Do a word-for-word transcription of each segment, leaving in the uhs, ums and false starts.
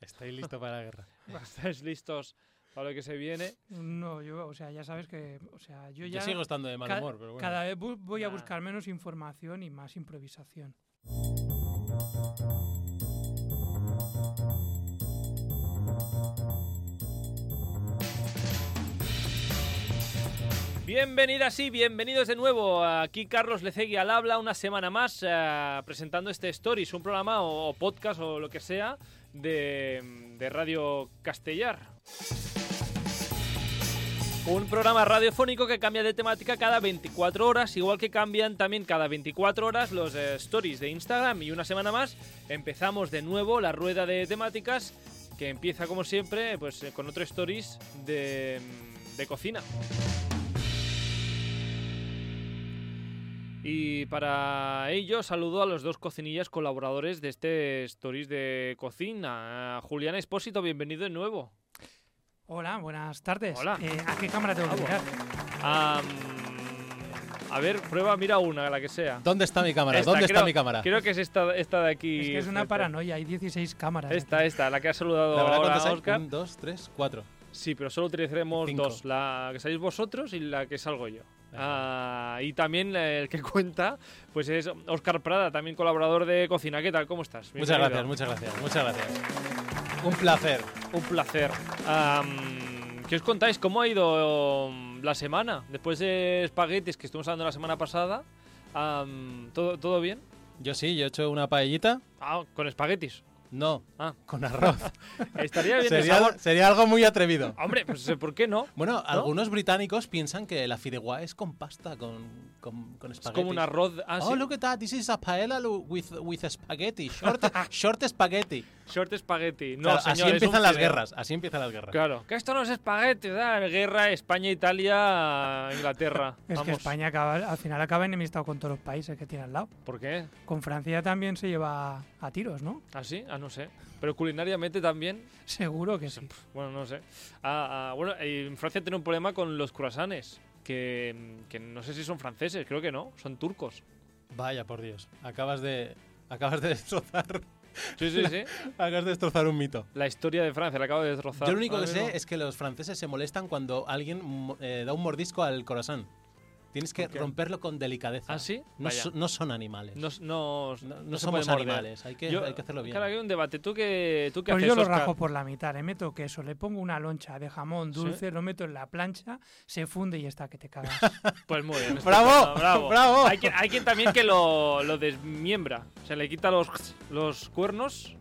Estoy listo para la guerra. ¿Estáis listos para lo que se viene? No, yo, o sea, ya sabes que, o sea, yo ya... Yo sigo estando de mal ca- humor, pero bueno. Cada vez bu- voy a Nah. buscar menos información y más improvisación. Bienvenidas y bienvenidos de nuevo. Aquí Carlos Lecegui al habla una semana más eh, presentando este Stories, un programa o, o podcast o lo que sea de, de Radio Castellar. Un programa radiofónico que cambia de temática cada veinticuatro horas, igual que cambian también cada veinticuatro horas los eh, Stories de Instagram. Y una semana más empezamos de nuevo la rueda de temáticas que empieza como siempre pues eh, con otro Stories de, de cocina. Y para ello saludo a los dos cocinillas colaboradores de este Stories de cocina. Uh, Julián Espósito, bienvenido de nuevo. Hola, buenas tardes. Hola. Eh, ¿A qué cámara tengo que mirar? Um, a ver, prueba, mira una, la que sea. ¿Dónde está mi cámara? Esta, ¿Dónde creo, está mi cámara? Creo que es esta, esta de aquí. Es que es una Esta. paranoia, hay dieciséis cámaras. Esta, aquí. esta, la que ha saludado ¿La verdad ahora cuántas hay? Oscar. Un, dos, tres, cuatro. Sí, pero solo utilizaremos Cinco. dos, la que salís vosotros y la que salgo yo. Ah, y también el que cuenta pues es Óscar Prada, también colaborador de Cocina. ¿Qué tal? ¿Cómo estás? Muchas Bienvenido. gracias, muchas gracias, muchas gracias. Un placer. Un placer. Um, ¿Qué os contáis? ¿Cómo ha ido um, la semana? Después de espaguetis que estuvimos hablando la semana pasada, um, ¿todo, ¿todo bien? Yo sí, yo he hecho una paellita. Ah, con espaguetis. No, Ah, con arroz. estaría bien el sería, sabor. sería algo muy atrevido. Hombre, pues ¿por qué no? Bueno, algunos británicos piensan que la fideuà es con pasta, con, con, con Es espaguetis. como un arroz. Ah, Oh, sí. look at that. This is a paella lo- with, with spaghetti. Short, short spaghetti. Short spaghetti. No, Claro, señor, así es un empiezan las fideo. guerras. Así empiezan las guerras. Claro, que esto no es espagueti, ¿verdad? Guerra España-Italia, Inglaterra. Es Vamos. que España acaba, al final acaba enemistado con todos los países que tiene al lado. ¿Por qué? Con Francia también se lleva a tiros, ¿no? ¿Ah, sí? Ah, no sé. Pero culinariamente también. Seguro que sí. Bueno, no sé. Ah, ah, bueno, y en Francia tiene un problema con los croissants. Que, que no sé si son franceses, creo que no. Son turcos. Vaya, por Dios. Acabas de, acabas de destrozar. Sí, sí, sí. Acabas de destrozar un mito. La historia de Francia la acabo de destrozar. Yo lo único Ah, que no. sé es que los franceses se molestan cuando alguien mo- eh, da un mordisco al croissant. Tienes que ¿Por qué? romperlo con delicadeza. ¿Ah, sí? No, Vaya. so- no son animales. No, no, No- no no se somos puede morder. animales, hay que- Yo- hay que hacerlo bien. Claro, hay un debate. ¿Tú qué, tú qué Pues haces, yo lo Óscar? rajo por la mitad, le meto queso, le pongo una loncha de jamón ¿Sí? dulce, lo meto en la plancha, se funde y está que te cagas. Pues muy bien. ¡Bravo! estupendo, bravo. ¡Bravo! Hay quien, hay quien también que lo, lo desmiembra. O sea, le quita los, los cuernos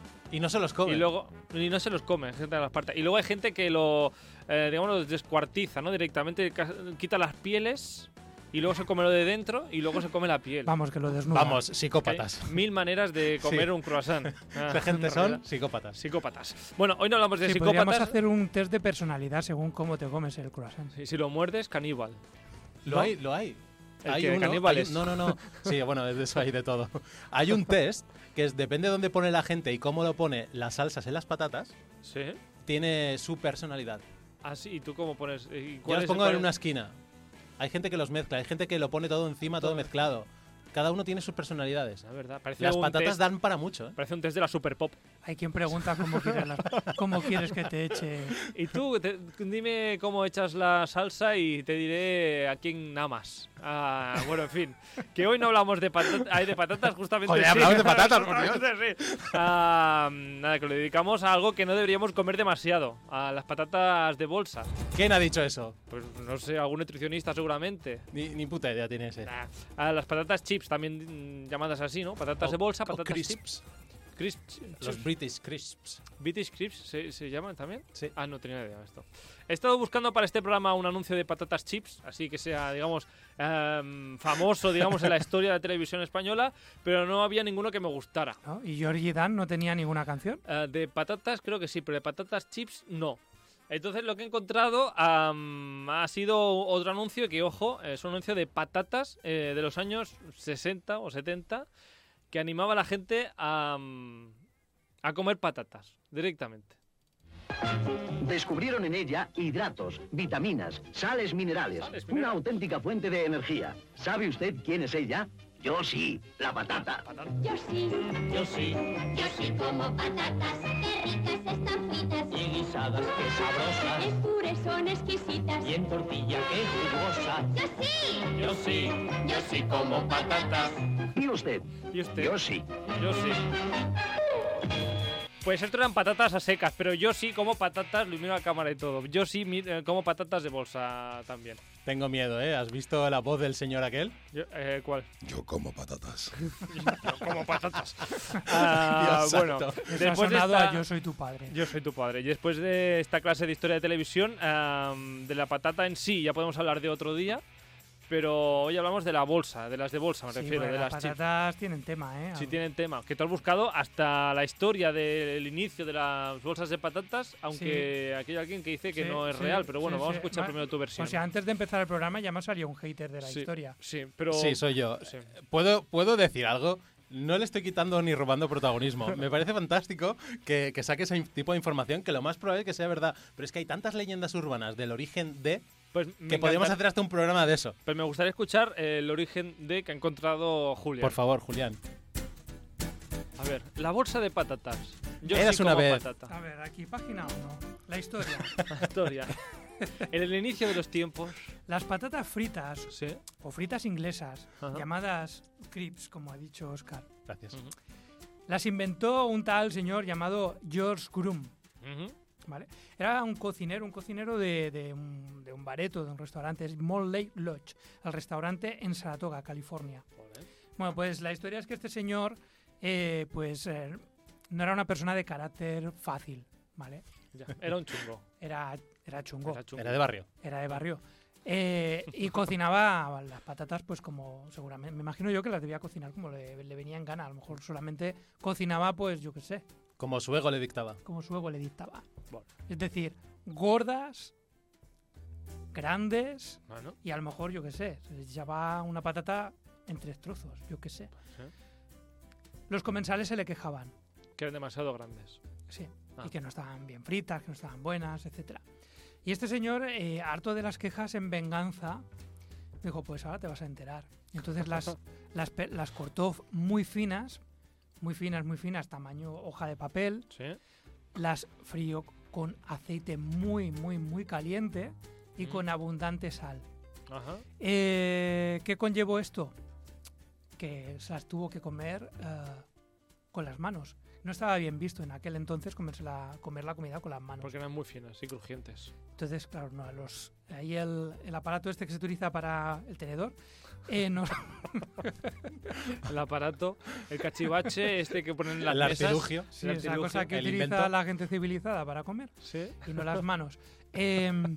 Y no se los come. y luego y no se los come, gente de las partes. Y luego hay gente que lo, eh, digamos, los descuartiza, ¿no? Directamente ca- quita las pieles y luego se come lo de dentro y luego se come la piel. Vamos, que lo desnuda. Vamos, Hay psicópatas. mil maneras de comer Sí. un croissant. Ah, Esta gente en son realidad, psicópatas. psicópatas. Bueno, hoy no hablamos de Sí, psicópatas. podríamos hacer un test de personalidad según cómo te comes el croissant. Sí, si lo muerdes, caníbal. Lo ¿No? hay, lo hay. ¿El Hay que de uno- caníbales? hay un- no, no, no. Sí, bueno, de eso hay de todo. Hay un test que es, depende de dónde pone la gente y cómo lo pone las salsas en las patatas, Sí. tiene su personalidad. Ah, sí, ¿y tú cómo pones? ¿Y Yo cuál los es pongo el- en una esquina. Hay gente que los mezcla, hay gente que lo pone todo encima, todo Todo. mezclado. Cada uno tiene sus personalidades. La verdad, parece Las un patatas test, dan para mucho, ¿eh? parece un test de la Super Pop. Hay quien pregunta cómo quieres, las- cómo quieres que te eche. Y tú, te- dime cómo echas la salsa y te diré a quién amas. Ah, bueno, en fin. Que hoy no hablamos de, patata, ay, de patatas, justamente. Joder, sí. hablamos de patatas, por Dios. Justamente sí. Ah, nada, que lo dedicamos a algo que no deberíamos comer demasiado. A las patatas de bolsa. ¿Quién ha dicho eso? Pues no sé, algún nutricionista seguramente. Ni, ni puta idea tiene ese. Nah. A las patatas chips, también mm, llamadas así, ¿no? Patatas O- de bolsa, o patatas crisps. chips. Crisps. Los chips. British Crisps. British Crisps ¿se, se llaman también? Sí. Ah, no tenía idea de esto. He estado buscando para este programa un anuncio de patatas chips, así que sea, digamos, em, famoso, digamos, en la historia de la televisión española, pero no había ninguno que me gustara. ¿No? ¿Y Georgie Dan no tenía ninguna canción? Eh, de patatas creo que sí, pero de patatas chips no. Entonces lo que he encontrado am, ha sido otro anuncio que, ojo, es un anuncio de patatas eh, de los años sesenta o setenta que animaba a la gente a, mm, a comer patatas directamente. Descubrieron en ella hidratos, vitaminas, sales minerales, Sales una minerales. auténtica fuente de energía. ¿Sabe usted quién es ella? Yo sí, la patata. Yo sí, Yo sí. yo sí como patatas, qué ricas saladas, qué sabrosas. En puré son exquisitas. Y en tortilla, qué jugosa. ¡Yo sí! Yo sí, yo sí como patatas. ¿Y usted? ¿Y usted? Yo sí. Yo sí. Pues esto eran patatas a secas, pero yo sí como patatas, lo miro a la cámara y todo. Yo sí mi- eh, como patatas de bolsa también. Tengo miedo, ¿eh? ¿Has visto la voz del señor aquel? Yo, eh, ¿Cuál? Yo como patatas. Yo como patatas. Ah, Dios bueno, santo. Eso ha después de sonado esta... a Yo soy tu padre. Yo soy tu padre. Y después de esta clase de historia de televisión, am, de la patata en sí, ya podemos hablar de otro día. Pero hoy hablamos de la bolsa, de las de bolsa, me Sí, refiero, bueno, de las las chips. patatas tienen tema, ¿eh? Sí tienen tema. Que tú has buscado hasta la historia del inicio de las bolsas de patatas, aunque aquí hay alguien que dice que Sí, no es sí, real. Pero bueno, sí, vamos sí. a escuchar Ma- primero tu versión. O sea, antes de empezar el programa ya me salió un hater de la Sí, historia. Sí, pero... Sí, soy yo. Sí. ¿Puedo, ¿Puedo decir algo? No le estoy quitando ni robando protagonismo. Me parece fantástico que, que saque ese in- tipo de información, que lo más probable es que sea verdad. Pero es que hay tantas leyendas urbanas del origen de Pues me que podríamos encanta- hacer hasta un programa de eso. Pero me gustaría escuchar eh, el origen de que ha encontrado Julia. Por favor, Julián. A ver, la bolsa de patatas. Yo Eras sí una como vez. patata. A ver, aquí página uno. La historia. La historia. En el inicio de los tiempos. Las patatas fritas Sí. o fritas inglesas, Ajá. llamadas crisps, como ha dicho Oscar, Gracias. Ujú. las inventó un tal señor llamado George Grum. Ujú. ¿Vale? Era un cocinero, un cocinero de, de un, de un bareto, de un restaurante, es Mall Lake Lodge, el restaurante en Saratoga, California. Joder. Bueno, pues la historia es que este señor, eh, pues, eh, no era una persona de carácter fácil, ¿vale? Ya, era un chungo. Era, era chungo, Era chungo. Era de barrio. era de barrio. Eh, y cocinaba las patatas, pues como seguramente, me imagino yo que las debía cocinar como le, le venía en gana. A lo mejor solamente cocinaba, pues yo qué sé, Como su ego le dictaba. como su ego le dictaba. Bueno. Es decir, gordas, grandes Bueno, y a lo mejor, yo qué sé, se les echaba una patata en tres trozos, yo qué sé. sí. Los comensales se le quejaban, Que eran demasiado grandes. sí, Ah. y que no estaban bien fritas, que no estaban buenas, etcétera. Y este señor, eh, harto de las quejas, en venganza, dijo, pues ahora te vas a enterar. Y entonces las, las, pe- las cortó muy finas, muy finas, muy finas, tamaño hoja de papel, Sí. las frío con aceite muy, muy, muy caliente y Mm. con abundante sal. Ajá. Eh, ¿Qué conllevó esto? Que se las tuvo que comer eh, con las manos. No estaba bien visto en aquel entonces comerse la, comer la comida con las manos. Porque eran muy finas y crujientes. Entonces, claro, no, los, ahí el, el aparato este que se utiliza para el tenedor, eh, no, El aparato, el cachivache, este que ponen en las El mesas. artilugio. sí, el esa artilugio, cosa que el utiliza invento. la gente civilizada para comer Sí. y no las manos. Em,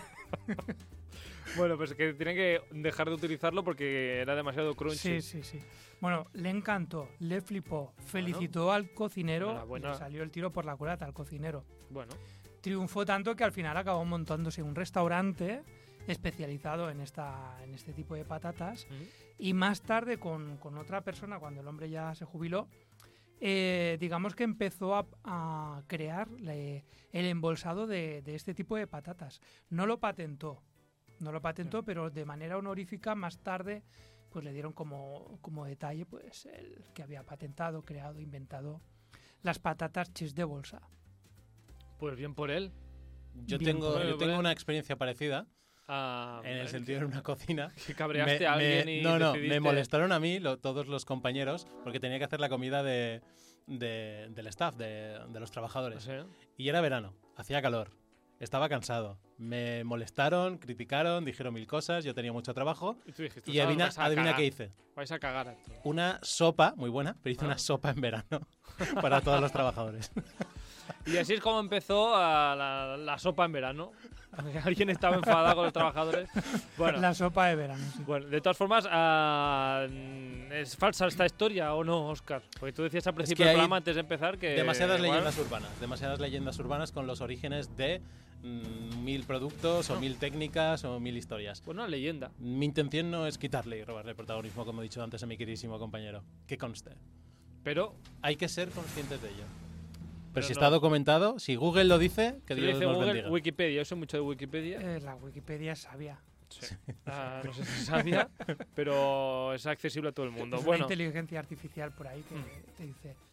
Bueno, pues que tienen que dejar de utilizarlo porque era demasiado crunchy. sí, sí, sí. Bueno, le encantó, le flipó, felicitó al cocinero y Enhorabuena. le salió el tiro por la culata al cocinero. Bueno, Triunfó tanto que al final acabó montándose un restaurante especializado en, esta, en este tipo de patatas. Ujú. Y más tarde, con, con otra persona, cuando el hombre ya se jubiló, eh, digamos que empezó a, a crear le- el embolsado de, de este tipo de patatas. No lo patentó, no lo patentó, pero de manera honorífica más tarde pues le dieron como, como detalle pues el que había patentado, creado, inventado las patatas chips de bolsa. pues bien por él. Yo Bien, tengo, bueno, yo tengo bueno. una experiencia parecida Ah, en el eh, sentido de una cocina. que cabreaste Me- a alguien me- y no, no, decidiste- me molestaron a mí lo- todos los compañeros porque tenía que hacer la comida de, de- del staff, de, de los trabajadores. Sí. Y era verano, hacía calor, estaba cansado. Me molestaron, criticaron, dijeron mil cosas, yo tenía mucho trabajo. Y tú dijiste, Y "Chavales, adivina, vais a adivina cagar, qué hice. Vais a cagar aquí". Una sopa, muy buena, pero hice Ah. una sopa en verano para todos los trabajadores. Y así es como empezó ah, la, la sopa en verano. Alguien estaba enfadado con los trabajadores. Bueno, La sopa de verano, sí. bueno, de todas formas, ah, ¿es falsa esta historia o no, Óscar? Porque tú decías al principio que del hay programa, antes de empezar, que... Demasiadas igual- leyendas urbanas, demasiadas leyendas urbanas con los orígenes de mm, mil productos o mil técnicas o mil historias. Bueno, una leyenda. Mi intención no es quitarle y robarle protagonismo, como he dicho antes a mi queridísimo compañero. Que conste. Pero Hay que ser conscientes de ello. Pero, Pero si no. está documentado, si Google lo dice, que si Dios dice nos Google, bendiga. Wikipedia. Yo sé mucho de Wikipedia. Eh, la Wikipedia es sabia. Sí. Ah, no sé si sabía, pero es accesible a todo el mundo. Es una Bueno, inteligencia artificial por ahí que Mm. te dice,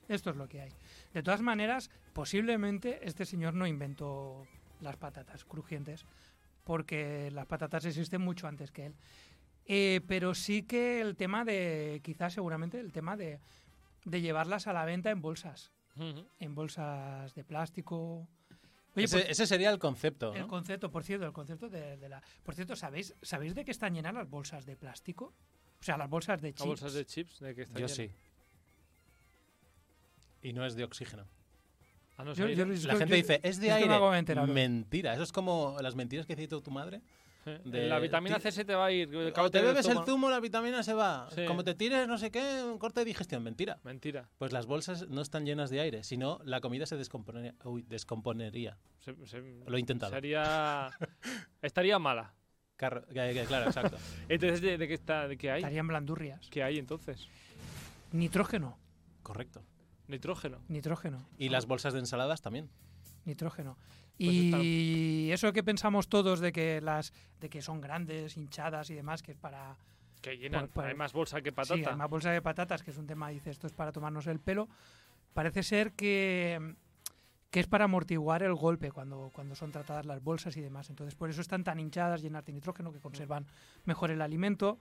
Esto es lo que hay. De todas maneras, posiblemente este señor no inventó las patatas crujientes, porque las patatas existen mucho antes que él. Eh, pero sí que el tema de, quizás seguramente, el tema de, de llevarlas a la venta en bolsas. Ujú. En bolsas de plástico. Oye, ese, por- ese sería el concepto, el ¿no? concepto, por cierto, el concepto de, de la... Por cierto, ¿sabéis, ¿sabéis de qué están llenas las bolsas de plástico? O sea, las bolsas de ¿A chips. bolsas de chips? ¿De que está Yo lleno? sí. Y no es de oxígeno. Ah, no Yo- sé. yo- La es que- gente yo- dice, es de es que me aire. acabo de enterar hoy. Mentira. Eso es como las mentiras que dice tu madre. Eh, de- la vitamina ti- C se te va a ir. el O cabo te del bebes el estómago. zumo, la vitamina se va. Sí. Como te tires, no sé qué, un corte de digestión. Mentira. Mentira. Pues las bolsas no están llenas de aire, sino la comida se descomponería. Uy, descomponería. Se- se- Lo he intentado. Sería... Estaría mala. Carro- que- que- claro, exacto. Entonces, ¿de, de qué está? ¿De qué hay? Estarían blandurrias. ¿Qué hay entonces? Nitrógeno. Correcto. Nitrógeno. Nitrógeno. Y las bolsas de ensaladas también. Nitrógeno. Pues Y eso que pensamos todos de que las de que son grandes, hinchadas y demás, que es para... Que llenan. Por- por- Hay más bolsa que patata. Sí, hay más bolsa de patatas, que es un tema, dice, esto es para tomarnos el pelo. Parece ser que, que es para amortiguar el golpe cuando, cuando son tratadas las bolsas y demás. Entonces, por eso están tan hinchadas, llenas de nitrógeno, que conservan mejor el alimento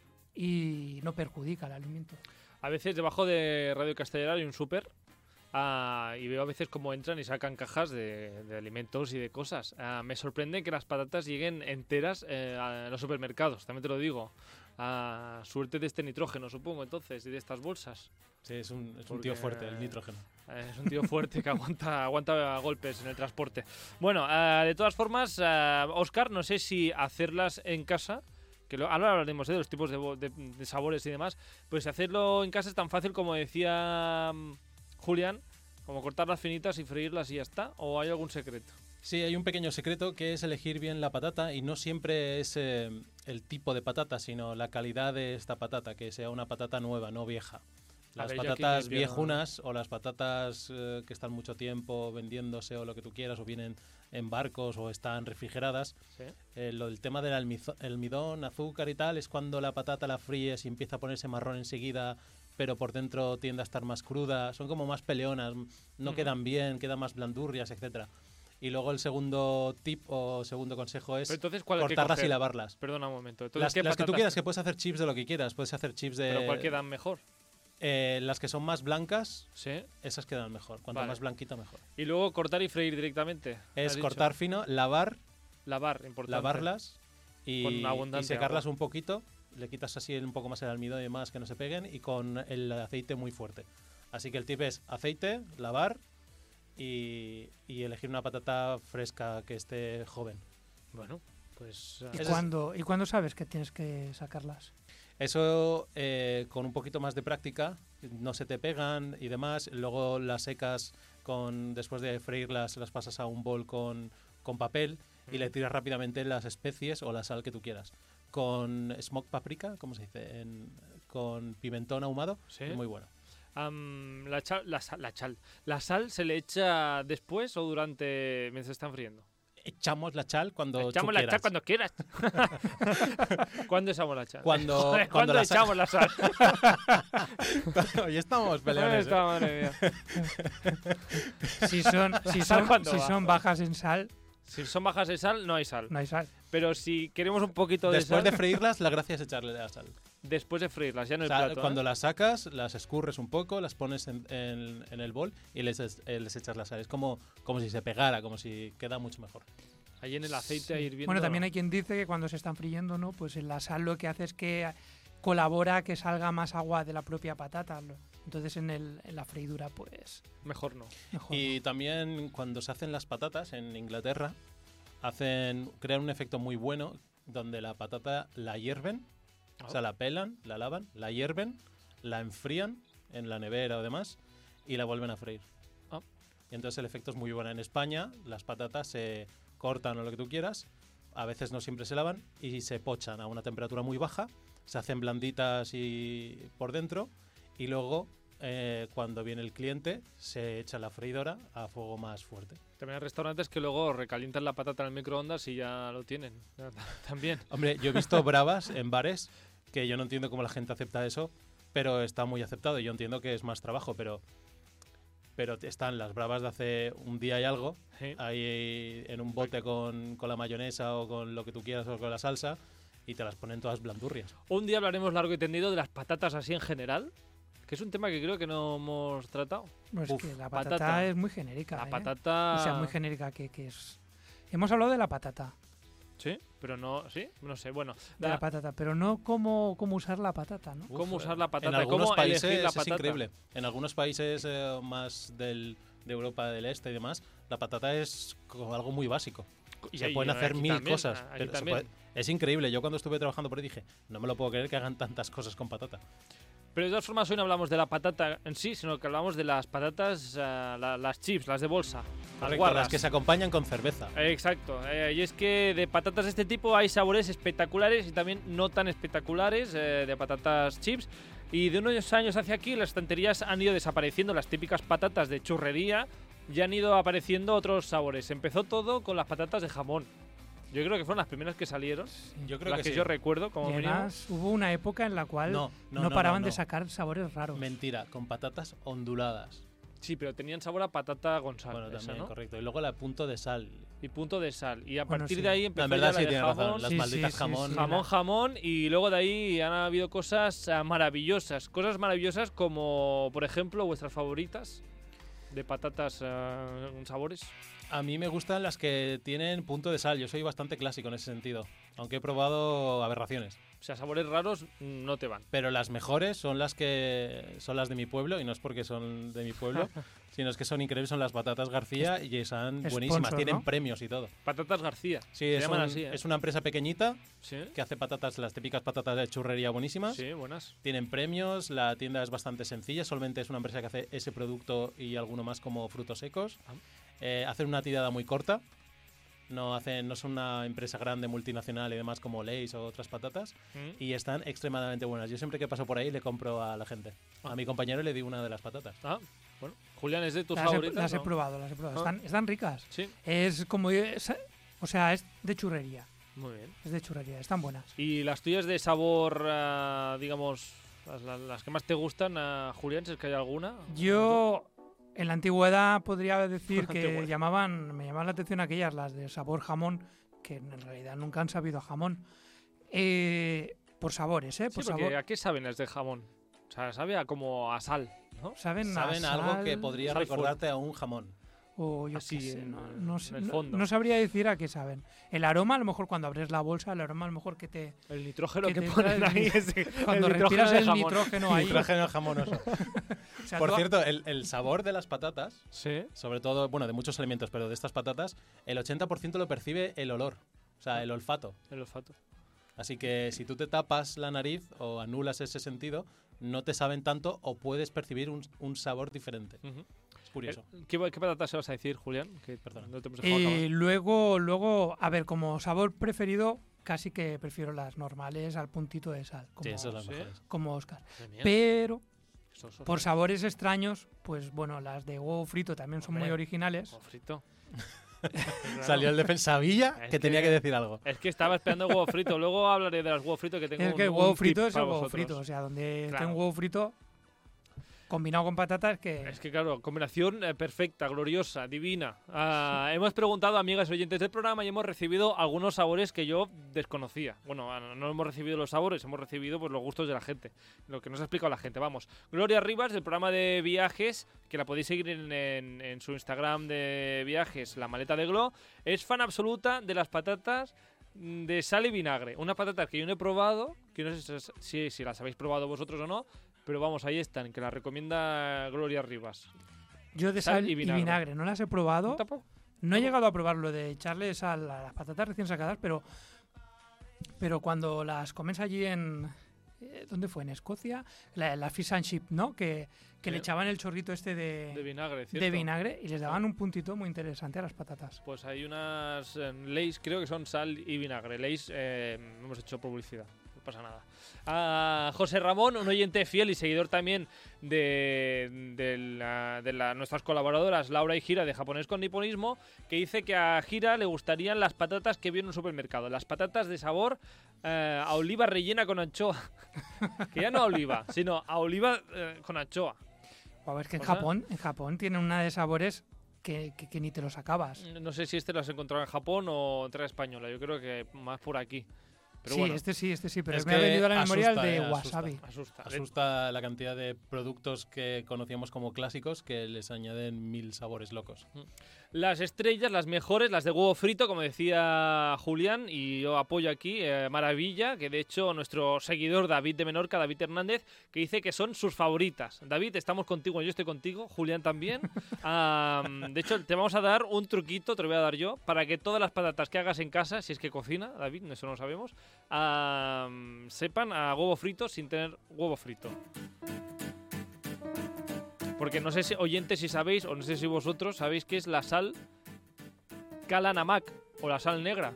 y no perjudica el alimento. A veces debajo de Radio Castellar hay un súper ah, y veo a veces cómo entran y sacan cajas de, de alimentos y de cosas. Ah, me sorprende que las patatas lleguen enteras eh, a los supermercados, también te lo digo. A suerte de este nitrógeno, supongo, entonces, y de estas bolsas. Sí, es un, es un Porque- tío fuerte, el nitrógeno. Eh, Es un tío fuerte que aguanta, aguanta golpes en el transporte. Bueno, ah, de todas formas, ah, Óscar, no sé si hacerlas en casa, que lo- ahora hablaremos eh, de los tipos de, bo- de- de sabores y demás, pues hacerlo en casa es tan fácil como decía mm, Julián, como cortarlas finitas y freírlas y ya está, o hay algún secreto. Sí, hay un pequeño secreto que es elegir bien la patata y no siempre es eh, el tipo de patata, sino la calidad de esta patata, que sea una patata nueva, no vieja. A Las ver, yo aquí patatas me pierdo. viejunas o las patatas eh, que están mucho tiempo vendiéndose o lo que tú quieras o vienen en barcos o están refrigeradas, ¿Sí? eh, lo del tema del almizo- almidón, azúcar y tal, es cuando la patata la fríes y empieza a ponerse marrón enseguida, pero por dentro tiende a estar más cruda, son como más peleonas, m- no Ujú. quedan bien, quedan más blandurrias, etcétera. Y luego el segundo tip o segundo consejo es Pero entonces, ¿cuál hay que cortarlas y coger? lavarlas. Perdona un momento. Entonces, Las, ¿qué las que tú patatas- quieras, que puedes hacer chips de lo que quieras, puedes hacer chips de... ¿Pero cuál quedan mejor? eh, las que son más blancas, Sí. esas quedan mejor. Cuanto Vale. más blanquita, mejor. Y luego cortar y freír directamente. Es has dicho. cortar fino, lavar, Lavar, importante. lavarlas y, Con abundante y secarlas agua. un poquito. Le quitas así un poco más el almidón y demás que no se peguen y con el aceite muy fuerte. Así que el tip es aceite, lavar y, y elegir una patata fresca que esté joven. Bueno, pues... ah, ¿Y Eso es- cuándo, ¿Y cuándo sabes que tienes que sacarlas? Eso eh, con un poquito más de práctica, no se te pegan y demás. Luego las secas con después de freírlas, las pasas a un bol con, con papel y le tiras rápidamente las especies o la sal que tú quieras. Con smoke paprika, ¿cómo se dice? En- con pimentón ahumado, ¿Sí? es muy bueno. Am, la, chal, la, sal, la chal. ¿La sal se le echa después o durante mientras están friendo? Echamos la chal cuando tú Echamos la quieras. chal cuando quieras. ¿Cuándo echamos la chal? Cuando- Joder, cuando ¿cuándo la sa- echamos la sal? Hoy estamos ¿Dónde peleones. está, madre mía? Si son, si sal son, cuando si va. son bajas en sal, Si son bajas de sal, no hay sal. no hay sal. Pero si queremos un poquito de Después sal, de freírlas, la gracia es echarle la sal. después de freírlas, ya en O el sea, plato. cuando ¿eh? las sacas, las escurres un poco, las pones en, en- en el bol y les, es- eh, les echas la sal. Es como, como si se pegara, como si queda mucho mejor. Ahí en el aceite Sí. a hirviendo. Bueno, también hay quien dice que cuando se están friendo, ¿no? Pues la sal lo que hace es que colabora a que salga más agua de la propia patata. Lo- Entonces en, el, en la freidura, pues Mejor no. mejor. Y también cuando se hacen las patatas en Inglaterra, hacen crean un efecto muy bueno donde la patata la hierven, o sea, la pelan, la lavan, la hierven, la enfrían en la nevera o demás y la vuelven a freír. Ah. Y entonces el efecto es muy bueno. En España las patatas se cortan o lo que tú quieras, a veces no siempre se lavan y se pochan a una temperatura muy baja, se hacen blanditas y por dentro y luego eh, cuando viene el cliente se echa la freidora a fuego más fuerte. También hay restaurantes que luego recalientan la patata en el microondas y ya lo tienen. Ya, también. Hombre, yo he visto bravas en bares que yo no entiendo cómo la gente acepta eso, pero está muy aceptado y yo entiendo que es más trabajo, pero pero están las bravas de hace un día y algo, Sí. ahí en un bote con, con la mayonesa o con lo que tú quieras o con la salsa, y te las ponen todas blandurrias. Un día hablaremos largo y tendido de las patatas así en general, que es un tema que creo que no hemos tratado. Pues Uf, que la patata, patata. es muy genérica. La ¿eh? patata... O sea, muy genérica que, que es. Hemos hablado de la patata, Sí, pero no... ¿Sí? No sé, bueno. de la patata, pero no cómo, cómo usar la patata, ¿no? ¿Cómo Uf, usar la patata? En algunos ¿Cómo países elegir la es patata? increíble. En algunos países eh, más del, de Europa del Este y demás, la patata es como algo muy básico. Y Se ahí, pueden hacer aquí mil también, cosas. aquí pero se también. puede- es increíble. Yo cuando estuve trabajando por ahí dije, no me lo puedo creer que hagan tantas cosas con patata. Pero de todas formas hoy no hablamos de la patata en sí, sino que hablamos de las patatas, eh, la- las chips, las de bolsa, las Correcto, guarras. las que se acompañan con cerveza. Eh, Exacto, eh, y es que de patatas de este tipo hay sabores espectaculares y también no tan espectaculares, eh, de patatas chips. Y de unos años hacia aquí las estanterías han ido desapareciendo las típicas patatas de churrería y han ido apareciendo otros sabores. Empezó todo con las patatas de jamón. Yo creo que fueron las primeras que salieron, Yo creo las que, que sí. yo recuerdo como Y mínimo. además hubo una época en la cual No, no, no, no, paraban no, de no. sacar sabores raros. Mentira, con patatas onduladas. Sí, pero tenían sabor a patata Gonzalo, Bueno, esa, también, ¿no? correcto. Y luego la punto de sal. Y punto de sal. Y a Bueno, partir sí. de ahí No, empezó en verdad ya la sí de tienes jamón, razón. Las Sí, malditas sí, sí, jamón. sí. Jamón, jamón, y luego de ahí han habido cosas ah, maravillosas. Cosas maravillosas como, por ejemplo, vuestras favoritas de patatas ah, con sabores. A mí me gustan las que tienen punto de sal. Yo soy bastante clásico en ese sentido. Aunque he probado aberraciones. O sea, sabores raros mm, no te van. Pero las mejores son las que son las de mi pueblo. Y no es porque son de mi pueblo, sino es que son increíbles. Son las patatas García y están sponsor, buenísimas. Tienen ¿no? premios y todo. Patatas García. Sí, se es, llaman un- así, ¿eh? es una empresa pequeñita Sí, que hace patatas, las típicas patatas de churrería buenísimas. sí, buenas. Tienen premios, la tienda es bastante sencilla, solamente es una empresa que hace ese producto y alguno más como frutos secos. Ah. Eh, hacen una tirada muy corta, no, hacen, no son una empresa grande, multinacional y demás como Lay's o otras patatas, Mm. y están extremadamente buenas. Yo siempre que paso por ahí le compro a la gente. Ah. A mi compañero le di una de las patatas. Ah, bueno. Julián, ¿es de tus Las, he, favoritas? las he no? probado, las he probado. Ah. Están, están ricas. Sí, Es como. es- o sea, es de churrería. muy bien. Es de churrería, están buenas. ¿Y las tuyas de sabor, ah, digamos, las, las- las que más te gustan, ah, Julián, si es que hay alguna? Yo. En la antigüedad podría decir que Antigüedad. llamaban, me llamaban la atención aquellas, las de sabor jamón, que en realidad nunca han sabido a jamón. Eh, por sabores, ¿eh? Sí, Por porque sabor. ¿a qué saben las de jamón? O sea, sabe a como a sal, ¿no? Saben, a Saben algo que sal, podría sal recordarte a un jamón. O yo Así qué sé, en- no, no sé, en el no- fondo. no sabría decir a qué saben. El aroma, a lo mejor cuando abres la bolsa, el aroma a lo mejor que te... El nitrógeno Que que, te ponen entra el- ahí es el Cuando nitrógeno respiras de el jamón. nitrógeno ahí... Nitrógeno jamonoso. o sea, Por tú- cierto, el, el sabor de las patatas, Sí. sobre todo, bueno, de muchos alimentos, pero de estas patatas, el ochenta por ciento lo percibe el olor, o sea, el olfato. El olfato. Así que si tú te tapas la nariz o anulas ese sentido, no te saben tanto o puedes percibir un, un sabor diferente. Ujú. Es curioso. Eh, ¿Qué, ¿Qué patatas se vas a decir, Julián? Que, Perdona. No te hemos dejado Eh, acabar. luego, luego, a ver, como sabor preferido, casi que prefiero las normales al puntito de sal, como, Sí, esas son las ¿sí? mejores. como Oscar. Madre mía, Pero, eso es por sabores extraños, pues bueno, las de huevo frito también son muy Hombre. originales. huevo frito. Salió el defensa, sabía Es que tenía que- que decir algo. Es que estaba esperando el huevo frito. Luego hablaré de los huevos fritos que tengo. Es un- que el un huevo tip frito es el para huevo vosotros. frito, o sea, donde Claro. esté un huevo frito combinado con patatas que... Es que claro, combinación eh, perfecta, gloriosa, divina. Ah, hemos preguntado a amigas oyentes del programa y hemos recibido algunos sabores que yo desconocía. Bueno, ah, no hemos recibido los sabores, hemos recibido pues los gustos de la gente, lo que nos ha explicado la gente. Vamos, Gloria Rivas del programa de viajes, que la podéis seguir en, en- en su Instagram de viajes, La Maleta de Glo, es fan absoluta de las patatas mm, de sal y vinagre. Unas patatas que yo no he probado, que no sé si, si, si las habéis probado vosotros o no, pero vamos, ahí están, que las recomienda Gloria Rivas. Yo de sal sal, y y vinagre. vinagre. no las he probado. ¿Tampoco? No he llegado a probarlo de echarle sal a las patatas recién sacadas, pero, pero cuando las comes allí en... eh, ¿Dónde fue? En Escocia. La, la fish and chip, ¿no? Que, que le Sí. echaban el chorrito este de, De vinagre, de ¿cierto? vinagre y les daban un puntito muy interesante a las patatas. Pues hay unas eh, Lay's, creo que son sal y vinagre. Lay's, eh, no hemos hecho publicidad, no pasa nada. A José Ramón, un oyente fiel y seguidor también de, de, la- de la- nuestras colaboradoras Laura y Gira de Japonés con Niponismo, que dice que a Gira le gustarían las patatas que vio en un supermercado. Las patatas de sabor eh, a oliva rellena con anchoa. Que ya no a oliva, sino a oliva eh, con anchoa. Guau, es que en O sea- Japón, en Japón tienen una de sabores que, que, que ni te los acabas. No sé si este lo has encontrado en Japón o en tierra española. Yo creo que más por aquí. Pero sí, bueno, este sí, este sí, pero Es me ha que venido a la memoria asusta, el de eh, asusta. wasabi. asusta. Asusta la cantidad de productos que conocíamos como clásicos que les añaden mil sabores locos. Las estrellas, las mejores, las de huevo frito, como decía Julián, y yo apoyo aquí, eh, maravilla, que de hecho nuestro seguidor David de Menorca, David Hernández, que dice que son sus favoritas. David, estamos contigo, yo estoy contigo, Julián también. Am, de hecho, te vamos a dar un truquito, te lo voy a dar yo, para que todas las patatas que hagas en casa, si es que cocina, David, eso no lo sabemos, am, sepan a huevo frito sin tener huevo frito. Porque no sé si oyentes si sabéis, o no sé si vosotros sabéis qué es la sal Kala Namak o la sal negra.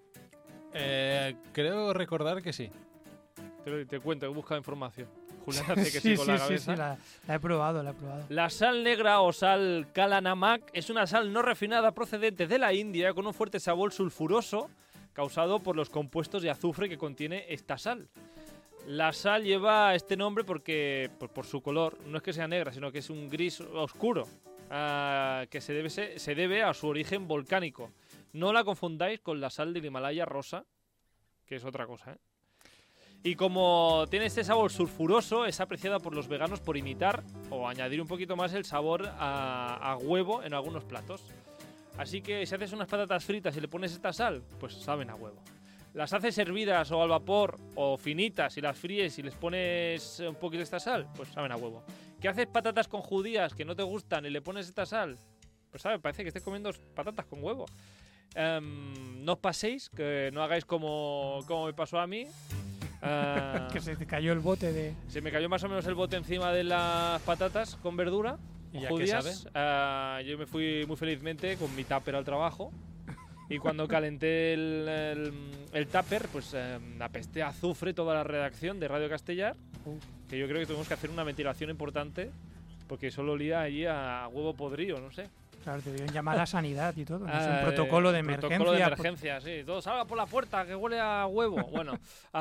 Eh, creo recordar que sí. Te, te cuento, he buscado información. Julián hace que sí, sí, con sí, la sí, cabeza. sí, la, la he probado, la he probado. La sal negra o sal Kala Namak es una sal no refinada procedente de la India con un fuerte sabor sulfuroso causado por los compuestos de azufre que contiene esta sal. La sal lleva este nombre porque por, por su color, no es que sea negra, sino que es un gris oscuro, ah, que se debe, se, se debe a su origen volcánico. No la confundáis con la sal del Himalaya rosa, que es otra cosa, ¿eh? Y como tiene este sabor sulfuroso, es apreciada por los veganos por imitar o añadir un poquito más el sabor a, a huevo en algunos platos. Así que si haces unas patatas fritas y le pones esta sal, pues saben a huevo. Las haces hervidas o al vapor o finitas y las fríes y les pones un poquito de esta sal, pues saben a huevo. ¿Qué haces patatas con judías que no te gustan y le pones esta sal? Pues sabe, parece que estés comiendo patatas con huevo. Um, no os paséis, que no hagáis como, como me pasó a mí. Uh, Que se te cayó el bote de... se me cayó más o menos el bote encima de las patatas con verdura. ¿Y ya qué judías. Uh, yo me fui muy felizmente con mi tupper al trabajo. Y cuando calenté el, el, el tupper, pues eh, apesté a azufre toda la redacción de Radio Castellar. Uh. Que yo creo que tuvimos que hacer una ventilación importante porque solo olía allí a huevo podrido, no sé. Claro, te debían llamar a sanidad y todo. ¿no? Es Ah, un protocolo de eh, emergencia. Protocolo de por- emergencia, sí. Todo salga por la puerta, que huele a huevo. Bueno,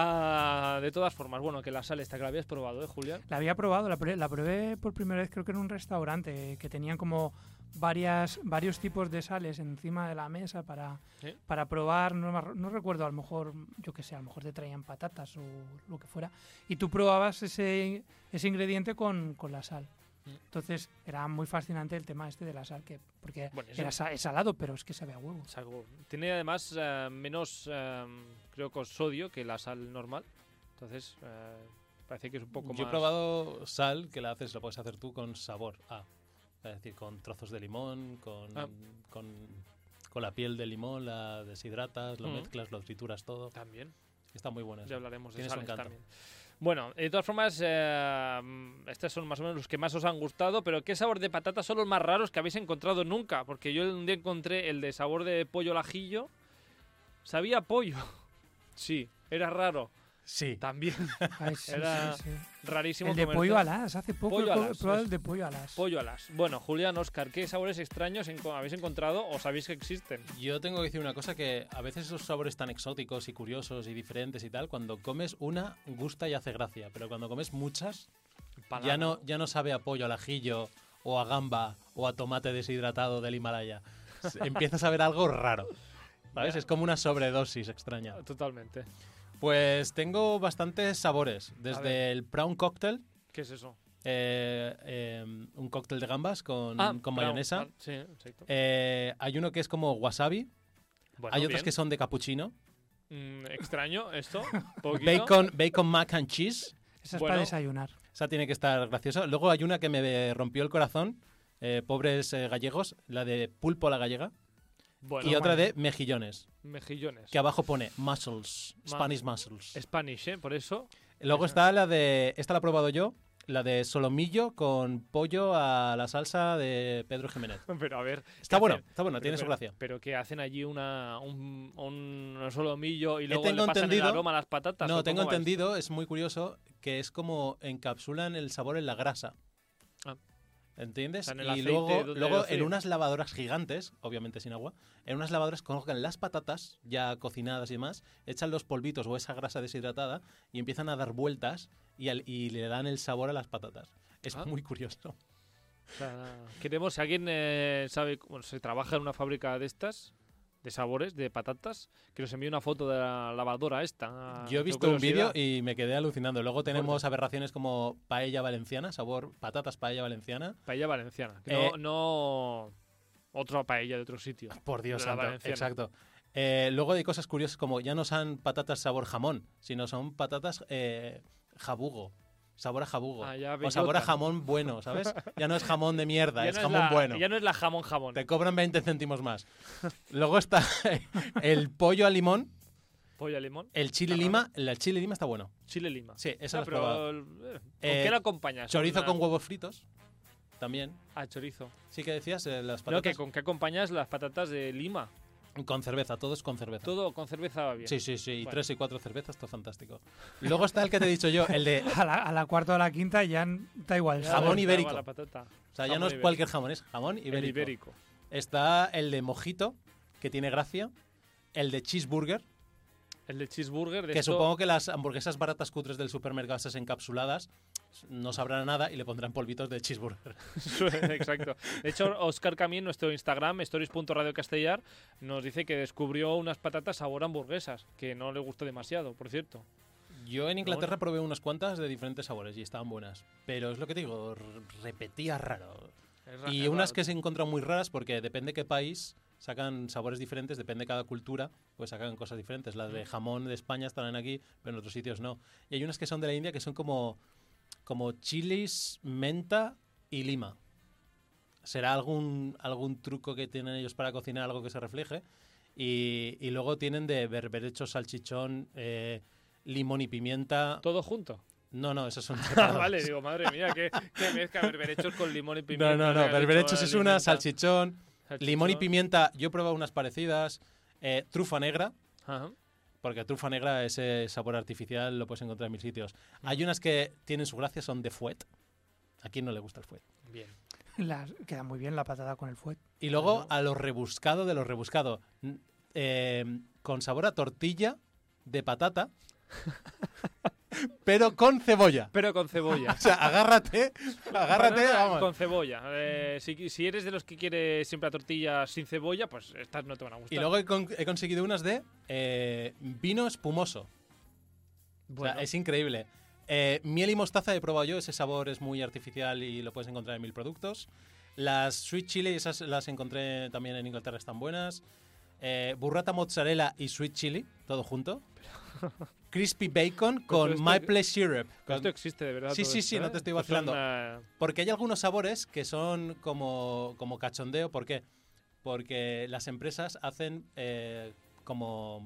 ah, de todas formas, bueno, que la sal esta que la habías probado, ¿eh, Julián? La había probado, la, probé- la probé por primera vez creo que en un restaurante que tenían como varias varios tipos de sales encima de la mesa para, ¿Sí? para probar, no, me- no recuerdo, a lo mejor, yo qué sé, a lo mejor te traían patatas o lo que fuera, y tú probabas ese, ese ingrediente con, con la sal. Mm. Entonces era muy fascinante el tema este de la sal, que porque Bueno, eso- era sa- es salado, pero es que sabe a huevo. Es algo- Tiene además eh, menos, eh, creo que sodio que la sal normal. Entonces, eh, parece que es un poco Yo he más... probado sal que la haces, lo puedes hacer tú con sabor a. Es decir, con trozos de limón, con, Ah. con, con la piel de limón, la deshidratas, lo Mm. mezclas, lo trituras todo. También, Está muy bueno ya eso. hablaremos de Tiene su sales encanto. también. Bueno, de todas formas, eh, estos son más o menos los que más os han gustado, pero ¿qué sabor de patatas son los más raros que habéis encontrado nunca? Porque yo un día encontré el de sabor de pollo al ajillo. Sabía a pollo. Sí, era raro. Sí. También Ay, sí, Era sí, sí. rarísimo. El de comer pollo tal. alas, hace poco Pollo he alas, probado es- el de pollo alas. Pollo alas. Bueno, Julián, Oscar, ¿qué sabores extraños enco- habéis encontrado o sabéis que existen? Yo tengo que decir una cosa, que a veces esos sabores tan exóticos y curiosos y diferentes y tal, cuando comes una, gusta y hace gracia, pero cuando comes muchas, ya no, ya no sabe a pollo al ajillo o a gamba o a tomate deshidratado del Himalaya. S- Empiezas a ver algo raro, ¿sabes? Ya. Es como una sobredosis extraña. Totalmente. Pues tengo bastantes sabores, ver. desde el prawn cocktail, ¿Qué es eso? eh, eh, un cóctel de gambas con, Ah, con brown, mayonesa. ah, sí, exacto. Eh, hay uno que es como wasabi, Bueno, hay otros bien. que son de cappuccino. Mm, extraño esto. Poquito. Bacon, bacon mac and cheese. Esa es Bueno. para desayunar. Esa tiene que estar graciosa. Luego hay una que me rompió el corazón. eh, pobres eh, gallegos. La de pulpo a la gallega. Bueno, y otra madre. de mejillones. mejillones. Que abajo pone mussels. Ma- Spanish mussels. Spanish, ¿eh? Por eso. Luego esa- está la de... Esta la he probado yo. La de solomillo con pollo a la salsa de Pedro Jiménez. Pero a ver. Está ¿qué bueno, hacen? está bueno, Pero- tiene su pero- gracia. Pero que hacen allí una, un, un solomillo y luego tengo le pasan entendido- el aroma a las patatas. No, ¿o tengo cómo va entendido, es muy curioso, que es como encapsulan el sabor en la grasa. Ah. ¿Entiendes? O sea, en el y aceite luego, donde luego lo en fríen. unas lavadoras gigantes, obviamente sin agua, en unas lavadoras colocan las patatas ya cocinadas y demás, echan los polvitos o esa grasa deshidratada y empiezan a dar vueltas y, al- y le dan el sabor a las patatas. Es Ah. muy curioso. O sea, queremos, si alguien eh, sabe, bueno, se trabaja en una fábrica de estas, de sabores, de patatas, que nos envíe una foto de la lavadora esta. Yo he Tengo visto un vídeo curiosidad. y me quedé alucinando. Luego tenemos aberraciones como paella valenciana, sabor patatas paella valenciana. Paella valenciana. que Eh, no, no otra paella de otro sitio. Por Dios De la santo, valenciana. exacto. Eh, luego hay cosas curiosas como ya no son patatas sabor jamón, sino son patatas eh, jabugo, sabor a jabugo. Ah, ya o sabor a bellota. jamón bueno, ¿sabes? Ya no es jamón de mierda, Ya es no jamón la, bueno. Ya no es la jamón jamón. Te cobran veinte céntimos más. Luego está el pollo al limón, Polla limón. el chile Ah, lima. El chile lima está bueno. Chile lima. Sí, eso Ah, lo he pero, probado. eh, ¿con Eh, qué lo acompañas? Chorizo Una- con huevos fritos, también. Ah, chorizo. Sí que decías, eh, las No, patatas que con qué acompañas las patatas de lima. con cerveza, todos con cerveza. Todo con cerveza va bien. Sí, sí, sí, y Bueno. tres y cuatro cervezas, todo fantástico. Luego está el que te he dicho yo, el de A la, a la cuarta o a la quinta ya n- da igual. Ya, Jamón da ibérico. igual la patata. O sea, ya Jamón no es ibérico. cualquier jamón, es jamón ibérico. El ibérico. Está el de mojito, que tiene gracia. El de cheeseburger, El de cheeseburger. De que esto- supongo que las hamburguesas baratas cutres del supermercado, esas encapsuladas, no sabrán nada y le pondrán polvitos de cheeseburger. Exacto. De hecho, Oscar Camín, nuestro Instagram, stories punto radio castellar, nos dice que descubrió unas patatas sabor a hamburguesas, que no le gustó demasiado, por cierto. Yo en Inglaterra Bueno. probé unas cuantas de diferentes sabores y estaban buenas. Pero es lo que te digo, r- repetía raro. Es ra- Y es unas raro. que se encuentran muy raras porque depende qué país sacan sabores diferentes, depende de cada cultura, pues sacan cosas diferentes. Las de jamón de España estarán aquí, pero en otros sitios no. Y hay unas que son de la India que son como, como chilis, menta y lima. Será algún, algún truco que tienen ellos para cocinar, algo que se refleje. Y, y luego tienen de berberechos, salchichón, eh, limón y pimienta. ¿Todo junto? No, no, esos son Ah, separados. vale, digo, madre mía, que, que mezcla berberechos con limón y pimienta. No, no, que no, has berberechos dicho, es una, alimenta- salchichón, limón y salchichón. pimienta. Yo he probado unas parecidas. Eh, trufa negra, Ajá. porque trufa negra, ese sabor artificial, lo puedes encontrar en mil sitios. Hay unas que tienen su gracia, son de fuet. ¿A quién no le gusta el fuet? Bien. Las- queda muy bien la patata con el fuet. Y luego Bueno. a lo rebuscado de lo rebuscado. N- eh, con sabor a tortilla de patata, pero con cebolla. Pero con cebolla. O sea, agárrate, agárrate, Banana vamos. con cebolla. Eh, si, si eres de los que quiere siempre la tortilla sin cebolla, pues estas no te van a gustar. Y luego he, con- he conseguido unas de eh, vino espumoso. Bueno, O sea, es increíble. Eh, miel y mostaza he probado yo, ese sabor es muy artificial y lo puedes encontrar en mil productos. Las sweet chili, esas las encontré también en Inglaterra, están buenas. Eh, burrata mozzarella y sweet chili, todo junto. Crispy bacon con esto- maple syrup. con- esto existe de verdad. Sí, todo sí, esto, sí, no ¿eh? te estoy Pues son, vacilando. eh, Porque hay algunos sabores que son como, como cachondeo. ¿Por qué? Porque las empresas hacen eh, como,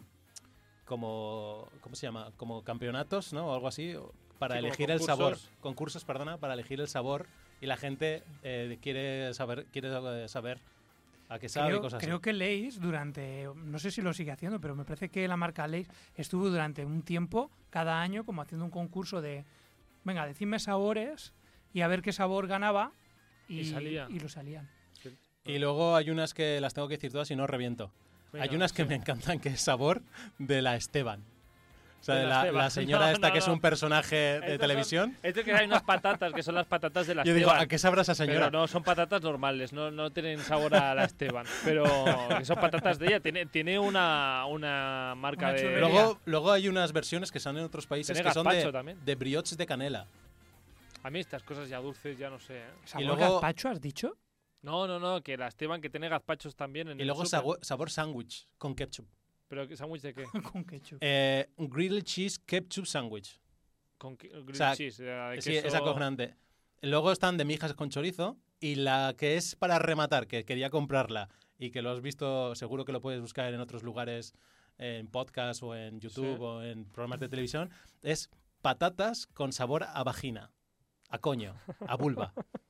como. ¿Cómo se llama? Como campeonatos, ¿no? O algo así. o- Para Sí, como elegir el sabor. concursos. Concursos, perdona, para elegir el sabor. Y la gente eh, quiere saber quiere eh, saber a qué sabe y Creo, cosas creo así. que Lay's durante, no sé si lo sigue haciendo, pero me parece que la marca Lay's estuvo durante un tiempo, cada año, como haciendo un concurso de, venga, decidme sabores y a ver qué sabor ganaba y, Y salía. y lo salían. Y luego hay unas que las tengo que decir todas y no reviento. venga, hay unas que sí. me encantan, que es sabor de la Esteban. O sea, De de la la, Esteban. la señora No, esta no, que es no. un personaje de Estas son- televisión. Esto que hay unas patatas que son las patatas de la Yo digo, Esteban. ¿a qué sabrá esa señora? Pero no, son patatas normales, no, no tienen sabor a la Esteban. Pero que son patatas de ella. Tiene, tiene una, una marca Una de. churrería. Luego, luego hay unas versiones que son en otros países Tiene que son gazpacho de, también. de brioches de canela. A mí estas cosas ya dulces ya no sé. ¿eh? ¿Sabor luego- gazpacho has dicho? No, no, no, que la Esteban que tiene gazpachos también en Y el luego súper. sabor, sabor sándwich con ketchup. ¿Pero qué sándwich de qué? Con ketchup. Eh, grilled cheese ketchup sándwich. Con que- grilled sea, cheese. de Sí, queso. es acojonante. Luego están de mijas con chorizo. Y la que es para rematar, que quería comprarla y que lo has visto, seguro que lo puedes buscar en otros lugares, en podcast o en YouTube Sí. o en programas de televisión, es patatas con sabor a vagina, a coño, a vulva.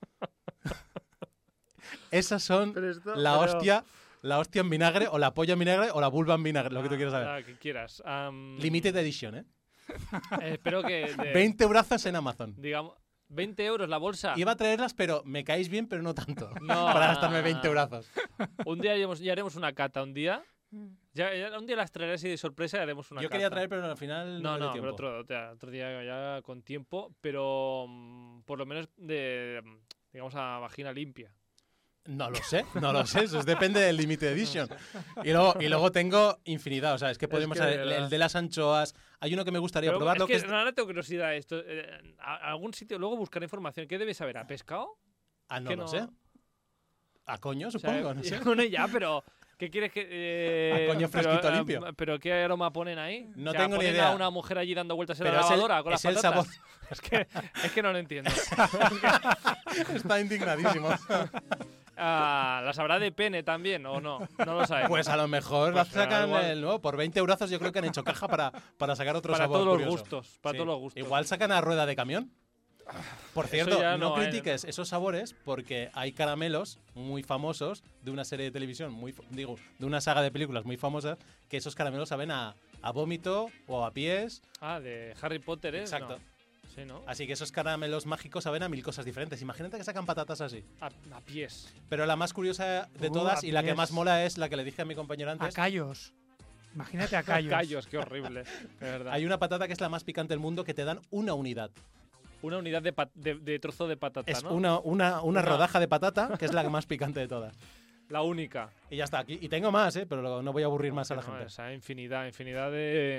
Esas son Pero esto- la pero- hostia, la hostia en vinagre o la polla en vinagre o la vulva en vinagre, lo que tú quieras saber. Ah, que quieras. Am, Limited edition, ¿eh? eh, espero que. de- veinte brazos en Amazon. Digamos. veinte euros la bolsa. Iba a traerlas, pero me caéis bien, pero no tanto. No. Para gastarme veinte brazos. Un día haremos, ya haremos una cata, un día. Ya, ya- un día las traeré así de sorpresa y haremos una Yo cata. quería traer, pero al final no, No, me dio no, tiempo. pero otro, o sea, otro día ya con tiempo, pero mm, por lo menos de, digamos a vagina limpia. No lo sé, no lo sé, eso es- depende del Limited Edition. Y luego, y luego tengo infinidad, o sea, es que podemos que de hacer el, verdad. el de las anchoas. Hay uno que me gustaría Pero probarlo, es que, que es... ahora tengo curiosidad esto. eh, a, a algún sitio, luego buscaré información. ¿Qué debes saber? ¿A pescado? Ah, no que lo no- sé. A coño, O sea, supongo, no sé. Bueno, ya, pero ¿qué quieres que...? eh, A coño fresquito pero, eh, limpio. ¿Pero qué aroma ponen ahí? No O sea, tengo ni ¿ponen idea. a una mujer allí dando vueltas en Pero la es el- lavadora con las es el patatas? sabor. Es que, es que no lo entiendo. Está indignadísimo. Ah, ¿las habrá de pene también o no? No lo sabemos. Pues a lo mejor Pues las sacan igual. el nuevo. Por veinte eurazos yo creo que han hecho caja para, para sacar otro para sabor todos los curioso. gustos. Para Sí. todos los gustos. Igual sacan a rueda de camión. Por cierto, ya no, no, eh. critiques esos sabores porque hay caramelos muy famosos de una serie de televisión, muy fa- digo, de una saga de películas muy famosas, que esos caramelos saben a, a vómito o a pies. Ah, de Harry Potter, ¿eh? Exacto. No. Sí, ¿no? Así que esos caramelos mágicos saben a mil cosas diferentes. Imagínate que sacan patatas así. A, a pies. Pero la más curiosa de Uh, todas a y la que pies. más mola es la que le dije a mi compañero A antes. callos. Imagínate a callos. Callos, qué horrible. De verdad. Hay una patata que es la más picante del mundo que te dan una unidad. Una unidad de, pat- de, de trozo de patata, Es ¿no? una, una, una Una- rodaja de patata que es la más picante de todas. La única. Y ya está. Aquí. Y tengo más, ¿eh? Pero lo- no voy a aburrir más a la No, gente. o sea, infinidad, infinidad de,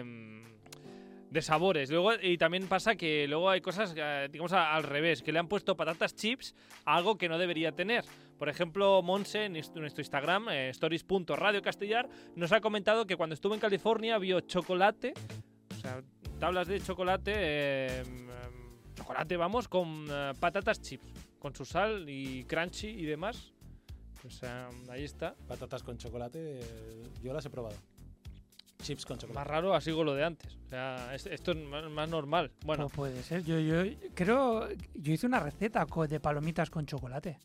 mm, de sabores. Luego, y también pasa que luego hay cosas, eh, digamos, a- al revés, que le han puesto patatas chips a algo que no debería tener. Por ejemplo, Monse, en est- nuestro Instagram, eh, stories punto radio castellar, nos ha comentado que cuando estuvo en California vio chocolate, o sea, tablas de chocolate, eh, mm, chocolate, vamos, con eh, patatas chips, con su sal y crunchy y demás. O sea, ahí está. Patatas con chocolate, eh, yo las he probado. Chips con Más chocolate. raro ha sido lo de antes. O sea, es- esto es más, más normal. Bueno, No puede ser. Yo, yo creo. Yo hice una receta co- de palomitas con chocolate.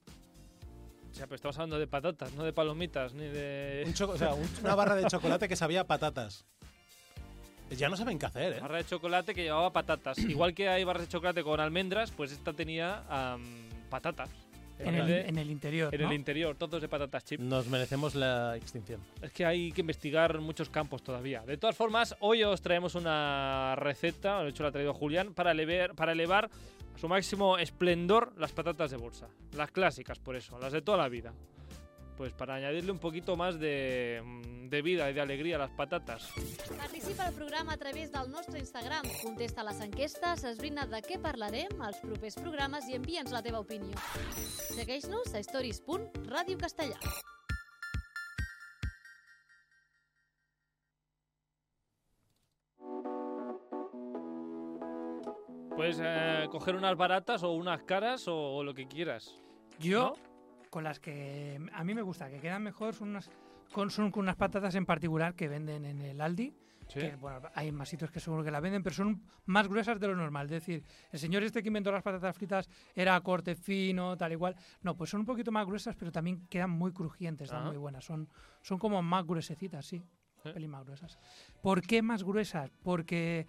o sea, pero estamos hablando de patatas, no de palomitas, ni de... Un choco- o sea, un- una barra de chocolate que sabía a patatas. Ya no saben qué hacer, ¿eh? Barra de chocolate que llevaba patatas. Igual que hay barras de chocolate con almendras, pues esta tenía am, patatas. En el, de- en el interior. en ¿no? el interior, trozos de patatas chips. Nos merecemos la extinción. Es que hay que investigar muchos campos todavía. De todas formas, hoy os traemos una receta, de hecho la ha traído Julián, para elevar, para elevar a su máximo esplendor las patatas de bolsa. Las clásicas, por eso, las de toda la vida. Pues para añadirle un poquito más de, mm, de vida y de alegría a las patatas. Participa al programa a través del nostre Instagram. Contesta les enquestes, esbrina de què parlarem als propers programes i envia'ns la teva opinió. Segueix-nos a stories punt radio castellar. Puedes eh, coger unas baratas o unas caras o, o lo que quieras. Yo, con las que a mí me gusta, que quedan mejor, son unas, con, son con unas patatas en particular que venden en el Aldi. Sí. Que, bueno, hay más sitios que seguro que la venden, pero son más gruesas de lo normal. Es decir, el señor este que inventó las patatas fritas era corte fino, tal y cual. No, pues son un poquito más gruesas, pero también quedan muy crujientes, están Ajá. muy buenas. Son, son como más gruesecitas, sí. ¿Eh? Un pelín más gruesas. ¿Por qué más gruesas? Porque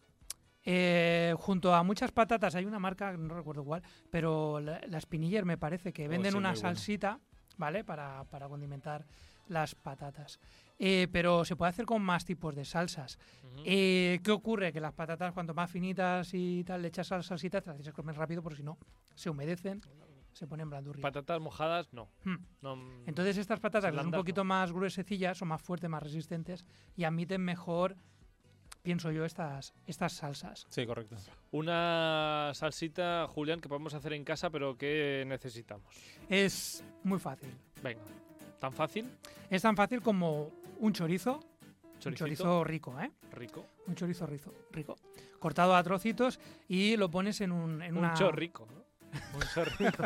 eh, junto a muchas patatas hay una marca, no recuerdo cuál, pero la, la Spiniller me parece que Oh, venden sí, una muy bueno. salsita, ¿vale? Para, para condimentar las patatas. Eh, pero se puede hacer con más tipos de salsas. Ujú. Eh, ¿Qué ocurre? Que las patatas, cuanto más finitas y tal, le echas a la salsita, te las tienes que comer rápido porque si no, se humedecen, se ponen blandurrias. Patatas mojadas, no. Hmm. no mm, Entonces estas patatas, que son un Blandas, poquito más gruesecillas, son más fuertes, más resistentes y admiten mejor, pienso yo, estas, estas salsas. Sí, correcto. una salsita, Julián, que podemos hacer en casa, pero que necesitamos. Es muy fácil. Venga, ¿tan fácil? Es tan fácil como un chorizo, un Choricito, chorizo rico, ¿eh? rico. Un chorizo rizo, rico, cortado a trocitos y lo pones en, un, en una... Un chorrico, ¿no? Un chorrico.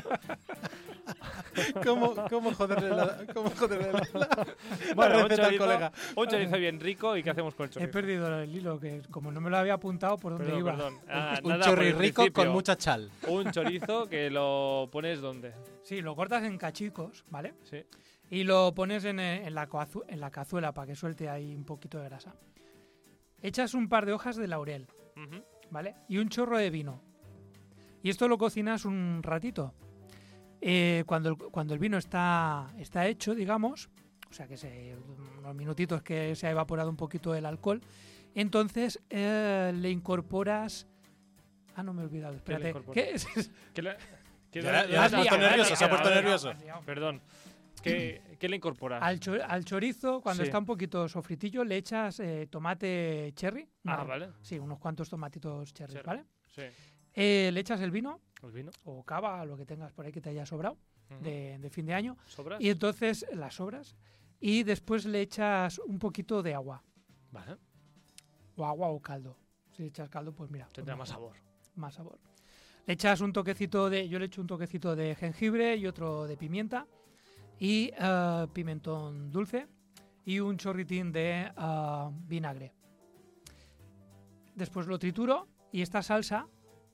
¿Cómo, cómo joderle la, cómo joderle la, la- Bueno, la un receta al chorizo, colega? un chorizo bien rico. ¿Y qué hacemos con el He chorizo? perdido el hilo, que como no me lo había apuntado, ¿por dónde Perdón, iba? perdón. Ah, Un nada, por chorri el rico principio. con mucha chal. Un chorizo que lo pones ¿dónde? Sí, lo cortas en cachicos, ¿vale? Sí. Y lo pones en, eh, en la, coazu- en la cazuela para que suelte ahí un poquito de grasa. Echas un par de hojas de laurel, Ujú. ¿vale? Y un chorro de vino. Y esto lo cocinas un ratito. Eh, cuando, el, cuando el vino está, está hecho, digamos, o sea que se, unos minutitos que se ha evaporado un poquito el alcohol, entonces eh, le incorporas... Ah, no me he olvidado, ¿Qué le espérate. incorporas? ¿Qué? ¿Qué le- ¿Qué- Ya, ya ah, has puesto ah, nervioso, ah, se ha ah, puesto ah, nervioso. has liado. Perdón. ¿Qué, ¿Qué le incorporas? Al, cho- al chorizo, cuando Sí. está un poquito sofritillo, le echas eh, tomate cherry. Ah, Una- vale. Sí, unos cuantos tomatitos cherry, Cherry. ¿vale? Sí. Eh, le echas el vino ¿El vino? o cava, lo que tengas por ahí que te haya sobrado Ujú. de, de fin de año. ¿Sobras? Y entonces las sobras. Y después le echas un poquito de agua. Vale. O agua o caldo. Si le echas caldo, pues mira. Tendrá pues más mejor, sabor. Más sabor. Le echas un toquecito de. Yo le echo un toquecito de jengibre y otro de pimienta. Y eh, pimentón dulce. Y un chorritín de ah, vinagre. Después lo trituro. Y esta salsa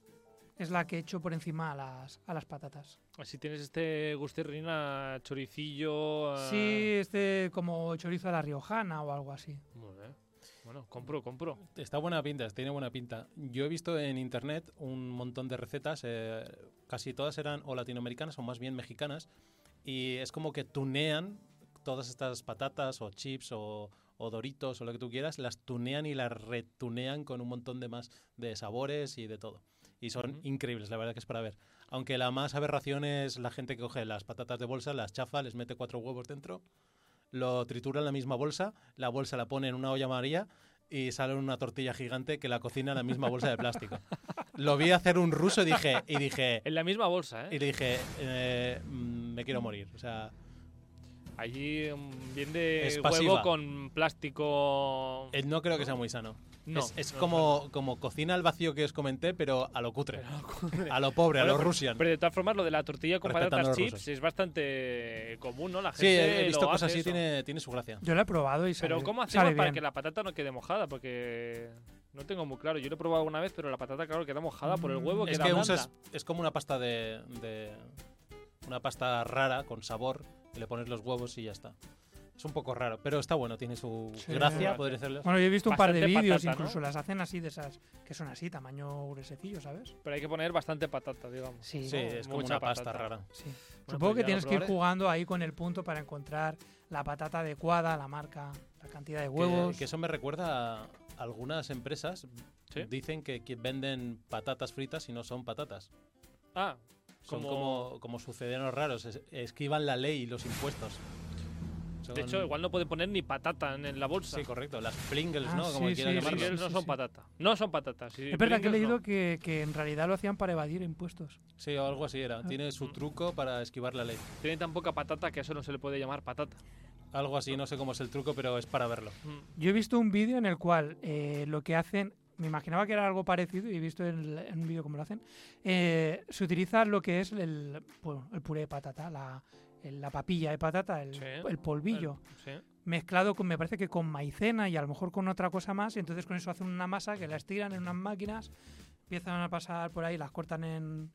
es la que echo por encima a las, a las patatas. Así tienes este gustirrín a choricillo. a- Sí, este como chorizo a la riojana o algo así. Muy bien. Bueno, compro, compro. Está buena pinta, tiene buena pinta. Yo he visto en internet un montón de recetas, eh, casi todas eran o latinoamericanas o más bien mexicanas, y es como que tunean todas estas patatas o chips o, o doritos o lo que tú quieras, las tunean y las retunean con un montón de más de sabores y de todo. Y son Ujú. increíbles, la verdad que es para ver. Aunque la más aberración es la gente que coge las patatas de bolsa, las chafa, les mete cuatro huevos dentro, lo tritura en la misma bolsa, la bolsa la pone en una olla María y sale una tortilla gigante que la cocina en la misma bolsa de plástico. Lo vi hacer un ruso y dije, y dije, En la misma bolsa, ¿eh? y le dije, eh, mm, me quiero morir. O sea, Allí mm, bien de Es huevo pasiva. con plástico. eh, no creo que sea muy sano. No, es es no, como, como cocina al vacío que os comenté, pero a lo cutre, a lo pobre, a Bueno, lo pero- rusian. Pero de todas formas, lo de la tortilla con Respetando a patatas los chips rusos. es bastante común, ¿no? La Sí, gente he visto lo cosas hace así, eso. tiene, tiene su gracia. Yo lo he probado y sale, Pero ¿cómo sale hacemos para bien. que la patata no quede mojada? Porque no tengo muy claro. Yo lo he probado alguna vez, pero la patata, claro, queda mojada por el huevo. Mm, Es queda que blanda. usas, es como una pasta de, de- una pasta rara con sabor, y le pones los huevos y ya está. Es un poco raro, pero está bueno, tiene su Sí. gracia, podría decirlo. Bueno, yo he visto un par de Bastante vídeos, patata, ¿no? incluso las hacen así de esas, que son así, tamaño gruesecillo, ¿sabes? Pero hay que poner bastante patata, digamos. Sí, Sí, es como mucha una pasta patata. rara. sí. Bueno, Supongo pues que ya tienes lo que ir probaré. jugando ahí con el punto para encontrar la patata adecuada, la marca, la cantidad de Que- huevos. Que, eso me recuerda a algunas empresas ¿Sí? dicen que, que venden patatas fritas y no son patatas. Ah, Son como- como, como sucedanos raros, es- esquivan la ley y los impuestos. de Son- hecho, igual no pueden poner ni patata en, en la bolsa. Sí, correcto, las Pringles, Ah, ¿no? Como sí, quieran sí, llamarlo. Pringles no sí, son sí. patata. No son patatas. sí, Es verdad que he Pringles leído no. que, que en realidad lo hacían para evadir impuestos. Sí, o algo así era. Tiene su Mm. truco para esquivar la ley. Tiene tan poca patata que a eso no se le puede llamar patata. Algo así, no sé cómo es el truco, pero es para verlo. Mm. Yo he visto un vídeo en el cual eh, lo que hacen, me imaginaba que era algo parecido y he visto en, el- en un vídeo cómo lo hacen, eh, se utiliza lo que es el, pu- el puré de patata, la, el- la papilla de patata, el, Sí. el polvillo, Sí. mezclado con, me parece que con maicena y a lo mejor con otra cosa más, y entonces con eso hacen una masa que la estiran en unas máquinas, empiezan a pasar por ahí, las cortan en,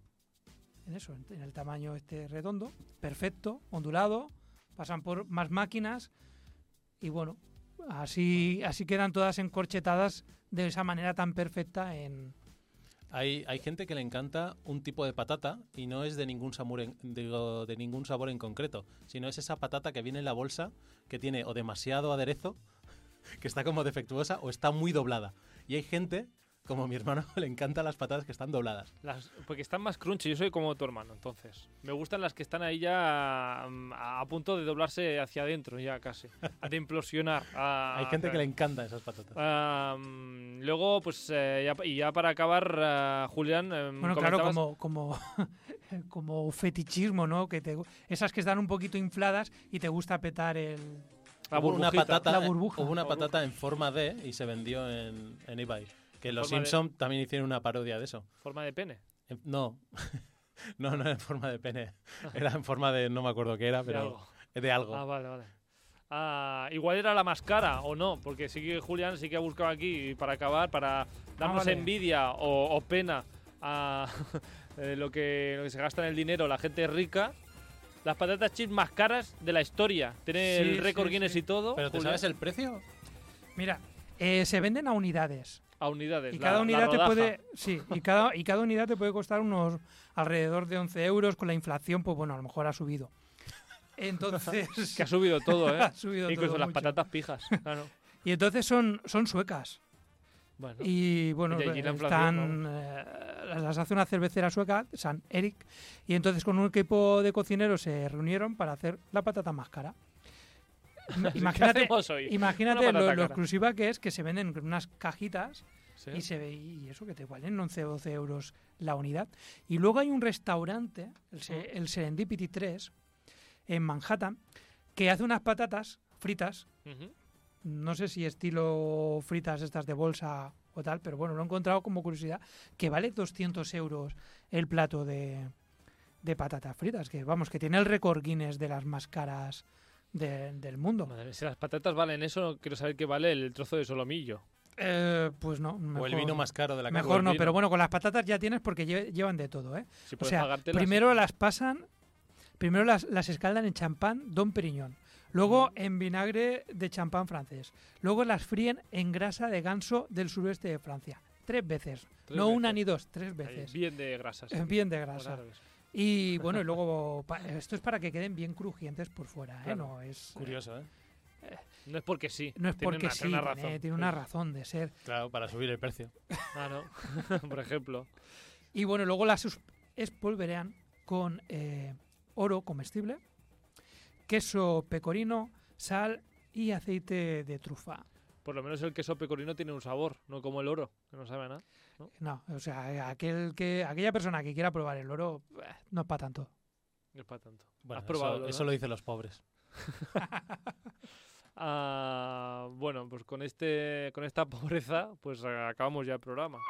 en eso, en, en el tamaño este redondo, perfecto, ondulado, pasan por más máquinas y bueno, así, así quedan todas encorchetadas de esa manera tan perfecta en... Hay, hay gente que le encanta un tipo de patata y no es de ningún, sabor en, digo, de ningún sabor en concreto, sino es esa patata que viene en la bolsa que tiene o demasiado aderezo, que está como defectuosa, o está muy doblada. Y hay gente, como mi hermano, le encantan las patatas que están dobladas. Las- porque están más crunchy. Yo soy como tu hermano, entonces. Me gustan las que están ahí ya mm, a, a punto de doblarse hacia adentro, ya casi. De implosionar. a- Hay gente que le encanta esas patatas. Ah, mm, luego, pues, eh, ya, y ya para acabar, ah, Julián. eh, Bueno, claro, comentabas- como, como, como fetichismo, ¿no? Que te, gu- esas que están un poquito infladas y te gusta petar el... La Hubo una burbujita. patata, La burbuja. hubo una La patata en forma de y se vendió en, en eBay. Que los forma de- Simpson también hicieron una parodia de eso. Forma de pene. En- No, no, no en forma de pene. Era en forma de, no me acuerdo qué era, De pero algo. de algo. Ah, vale, vale. Ah, igual era la más cara o no, porque sí que Julián sí que ha buscado aquí para acabar, para darnos vale. envidia o, o pena a eh, lo, que, lo que se gasta en el dinero la gente rica. Las patatas chips más caras de la historia. Tiene Sí, el récord sí, Guinness sí. y todo. ¿Pero te Julián, sabes el precio? Mira, eh, se venden a unidades. a unidades. Y la- cada la unidad te rodaja. puede, sí, y cada, y cada unidad te puede costar unos alrededor de once euros. Con la inflación, pues bueno, a lo mejor ha subido. Entonces, Que ha subido todo, ¿eh? ha subido Incluso todo las mucho. patatas pijas. Claro. Y entonces son, son suecas. Bueno. Y bueno, Y de allí la están, eh, las hace una cervecera sueca, San Eric, y entonces con un equipo de cocineros se reunieron para hacer la patata más cara. Imagínate, ¿Qué hacemos hoy? imagínate Una lo, patata lo cara. exclusiva que es que se venden en unas cajitas Sí. y se ve y eso que te valen once o doce euros la unidad. Y luego hay un restaurante, el, Se- el Serendipity tres, en Manhattan, que hace unas patatas fritas, Ujú. no sé si estilo fritas estas de bolsa o tal, pero bueno, lo he encontrado como curiosidad, que vale doscientos euros el plato de, de patatas fritas, que vamos, que tiene el récord Guinness de las más caras de- del mundo. Madre mía, si las patatas valen eso, quiero saber qué vale el trozo de solomillo. Eh, pues no, O mejor, el vino más caro de la casa. mejor no, pero bueno, con las patatas ya tienes porque lle- llevan de todo, ¿eh? Si O puedes sea, pagártelas. primero las pasan, primero las, las escaldan en champán Dom Perignon, luego en vinagre de champán francés, luego las fríen en grasa de ganso del suroeste de Francia. Tres veces, Tres no una veces. ni dos, tres Ahí, veces. bien de grasas. Eh, Bien de Como grasa. árabes. Y bueno, y luego pa- esto es para que queden bien crujientes por fuera, ¿eh? Claro. No es, Curioso, ¿eh? No es porque sí. no es tiene porque una, sí, tiene una tiene, razón. tiene una razón de ser. Claro, para subir el precio. Ah, no. Por ejemplo. Y bueno, luego las sus- espolvorean con eh, oro comestible, queso pecorino, sal y aceite de trufa. Por lo menos el queso pecorino tiene un sabor, no como el oro, que no sabe a nada. No, o sea, eh, aquel que, aquella persona que quiera probar el oro eh, no es para tanto. No es para tanto. Bueno, ¿Has probado eso, el eso oro? lo dicen los pobres. Ah, bueno, pues con este con esta pobreza, pues eh, acabamos ya el programa.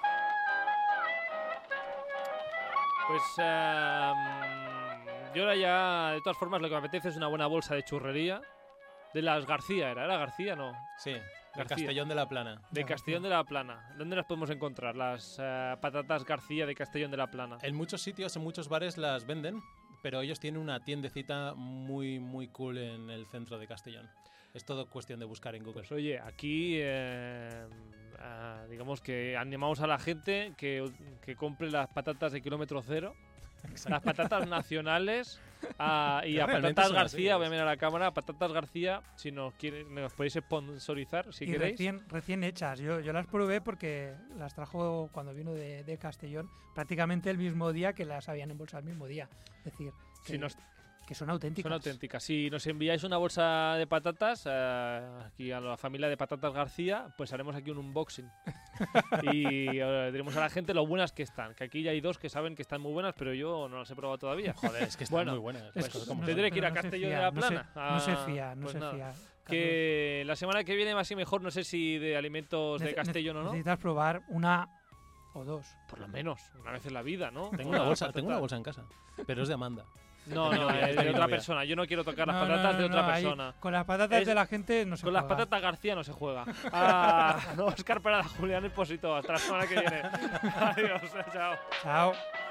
Pues eh, yo ahora ya, de todas formas, lo que me apetece es una buena bolsa de churrería. De las García, ¿era? ¿Era García? No. Sí, de García. Castellón de la Plana. De Castellón de la Plana. ¿Dónde las podemos encontrar? Las eh, patatas García de Castellón de la Plana. En muchos sitios, en muchos bares las venden, pero ellos tienen una tiendecita muy, muy cool en el centro de Castellón. Es todo cuestión de buscar en Google. Pues oye, aquí eh, ah, digamos que animamos a la gente que, que compre las patatas de kilómetro cero, las patatas nacionales ah, y Que a realmente Patatas son así, García, es. voy a mirar a la cámara, Patatas García, si nos quiere, nos podéis sponsorizar, si y queréis. recién, recién hechas. Yo, yo las probé porque las trajo cuando vino de, de Castellón prácticamente el mismo día que las habían embolsado el mismo día. Es decir, que, Si nos, que son auténticas. son auténticas. Si nos enviáis una bolsa de patatas eh, aquí a la familia de Patatas García, pues haremos aquí un unboxing. y eh, diremos a la gente lo buenas que están. Que aquí ya hay dos que saben que están muy buenas, pero yo no las he probado todavía. Joder, es que están Bueno, muy buenas. Es- las cosas como no son. tendré que ir a pero no se Castellón de fía, la no se- Plana. No se Ah, fía, no pues se nada. fía. Que la semana que viene, más y mejor, no sé si de alimentos de Nece- Castellón o no. Necesitas probar una o dos. Por lo menos, una vez en la vida, ¿no? Tengo una, bolsa, patata. tengo una bolsa en casa, pero es de Amanda. No, no, novia, es es de mi otra novia. persona. Yo no quiero tocar las No, no, patatas no, de otra no, ahí persona. con las patatas Es- de la gente no se Con las juega. patatas García no se juega. Ah, Oscar Parada, Julián Esposito. Hasta la semana que viene. Adiós, chao. Chao.